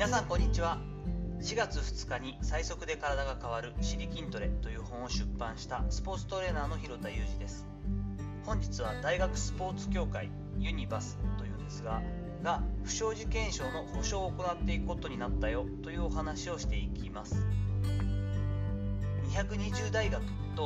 皆さんこんにちは。4月2日に最速で体が変わる尻筋トレという本を出版したスポーツトレーナーの広田裕二です。本日は大学スポーツ協会ユニバスというんですが不祥事検証の保証を行っていくことになったよというお話をしていきます。220大学と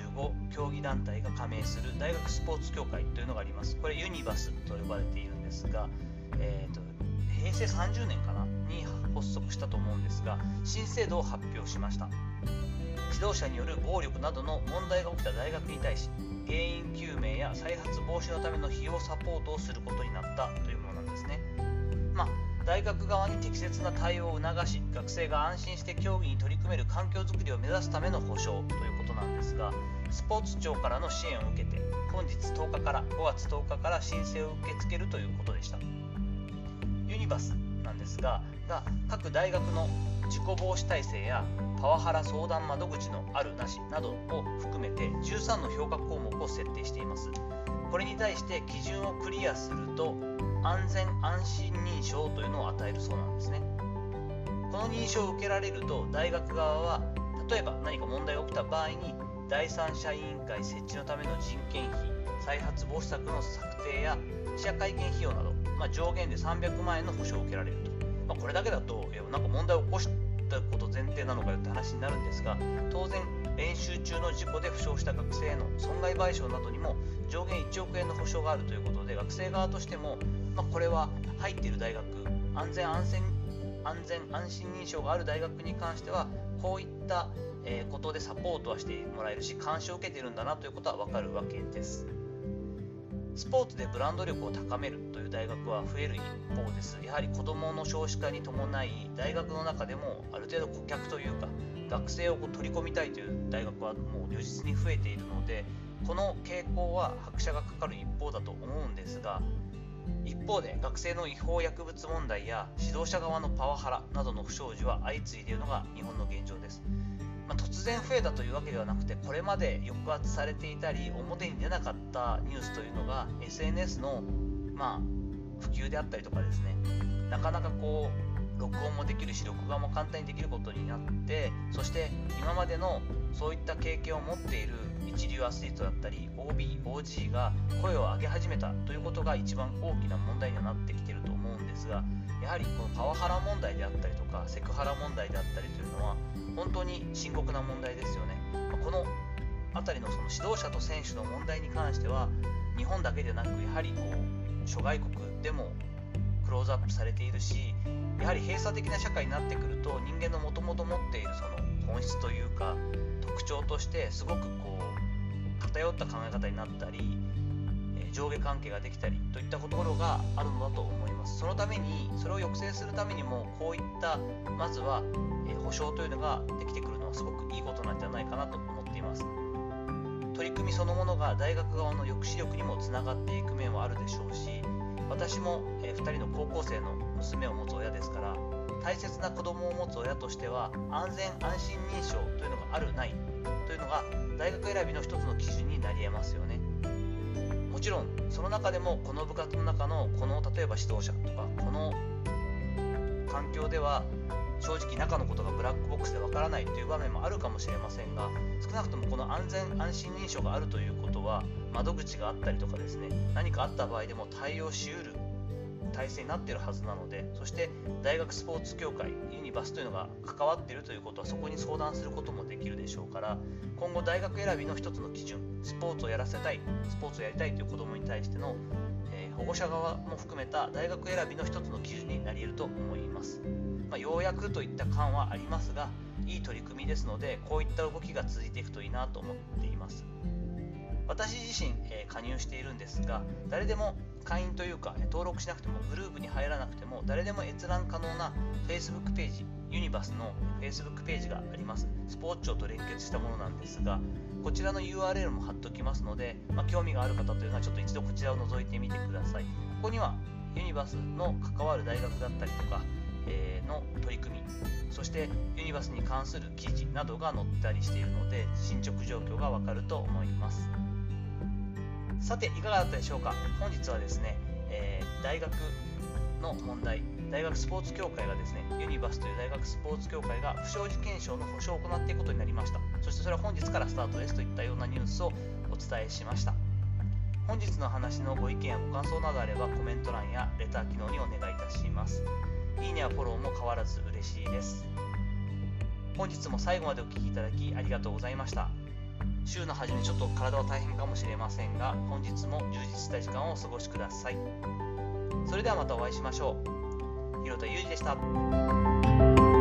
35競技団体が加盟する大学スポーツ協会というのがあります。これユニバスと呼ばれているんですが、平成30年かなに発足したと思うんですが、新制度を発表しました。指導者による暴力などの問題が起きた大学に対し、原因究明や再発防止のための費用サポートをすることになったというものなんですね。大学側に適切な対応を促し、学生が安心して競技に取り組める環境づくりを目指すための保障ということなんですが、スポーツ庁からの支援を受けて本日5月10日から申請を受け付けるということでした。ユニバスなんですが各大学の事故防止体制やパワハラ相談窓口のあるなしなどを含めて13の評価項目を設定しています。これに対して基準をクリアすると安全安心認証というのを与えるそうなんですね。この認証を受けられると大学側は例えば何か問題が起きた場合に第三者委員会設置のための人件費、再発防止策の策定や記者会見費用など、上限で300万円の保証を受けられると。これだけだとなんか問題を起こしたこと前提なのかよって話になるんですが、当然練習中の事故で負傷した学生への損害賠償などにも上限1億円の保証があるということで、学生側としても、これは入っている大学、安全安心認証がある大学に関してはこういったことでサポートはしてもらえるし、監視を受けているんだなということは分かるわけです。スポーツでブランド力を高めるという大学は増える一方です。やはり子どもの少子化に伴い大学の中でもある程度顧客というか学生を取り込みたいという大学はもう如実に増えているので、この傾向は拍車がかかる一方だと思うんですが、一方で学生の違法薬物問題や指導者側のパワハラなどの不祥事は相次いでいるのが日本の現状です。突然増えたというわけではなくて、これまで抑圧されていたり表に出なかったニュースというのが SNS の普及であったりとかですね、なかなか録音もできるし録画も簡単にできることになって、そして今までのそういった経験を持っている一流アスリートだったり OB、OG が声を上げ始めたということが一番大きな問題にはなってきていると思うんですが、やはりこのパワハラ問題であったりとかセクハラ問題であったりというのは本当に深刻な問題ですよね。この辺りのその指導者と選手の問題に関しては日本だけでなく、やはり諸外国でもクローズアップされているし、やはり閉鎖的な社会になってくると人間のもともと持っているその本質というか特徴としてすごく偏った考え方になったり、上下関係ができたりといったところがあるのだと思います。そのためにそれを抑制するためにもこういったまずは保証というのができてくるのはすごくいいことなんじゃないかなと思っています。取り組みそのものが大学側の抑止力にもつながっていく面はあるでしょうし、私も2人の高校生の娘を持つ親ですから、大切な子供を持つ親としては安全安心認証というのがあるないというのが大学選びの一つの基準になり得ますよね。もちろんその中でもこの部活の中の例えば指導者とかこの環境では正直中のことがブラックボックスでわからないという場面もあるかもしれませんが、少なくともこの安全安心認証があるということは窓口があったりとかですね、何かあった場合でも対応しうる体制になっているはずなので、そして大学スポーツ協会ユニバスというのが関わっているということはそこに相談することもできるでしょうから、今後大学選びの一つの基準、スポーツをやりたいという子どもに対しての、保護者側も含めた大学選びの一つの基準になり得ると思います。ようやくといった感はありますが、いい取り組みですのでこういった動きが続いていくといいなと思っています。私自身、加入しているんですが、誰でも会員というか登録しなくてもグループに入らなくても誰でも閲覧可能な Facebook ページ、ユニバスの Facebook ページがあります。スポーツ庁と連結したものなんですが、こちらの URL も貼っておきますので、興味がある方というのはちょっと一度こちらを覗いてみてください。ここにはユニバスの関わる大学だったりとか、の取り組み、そしてユニバスに関する記事などが載ったりしているので進捗状況がわかると思います。さていかがだったでしょうか。本日はですね、大学の問題、大学スポーツ協会がですね、ユニバスという大学スポーツ協会が不祥事検証の保証を行っていくことになりました。そしてそれは本日からスタートですといったようなニュースをお伝えしました。本日の話のご意見やご感想などあればコメント欄やレター機能にお願いいたします。いいねやフォローも変わらず嬉しいです。本日も最後までお聞きいただきありがとうございました。週の初めちょっと体は大変かもしれませんが、本日も充実した時間をお過ごしください。それではまたお会いしましょう。広田裕二でした。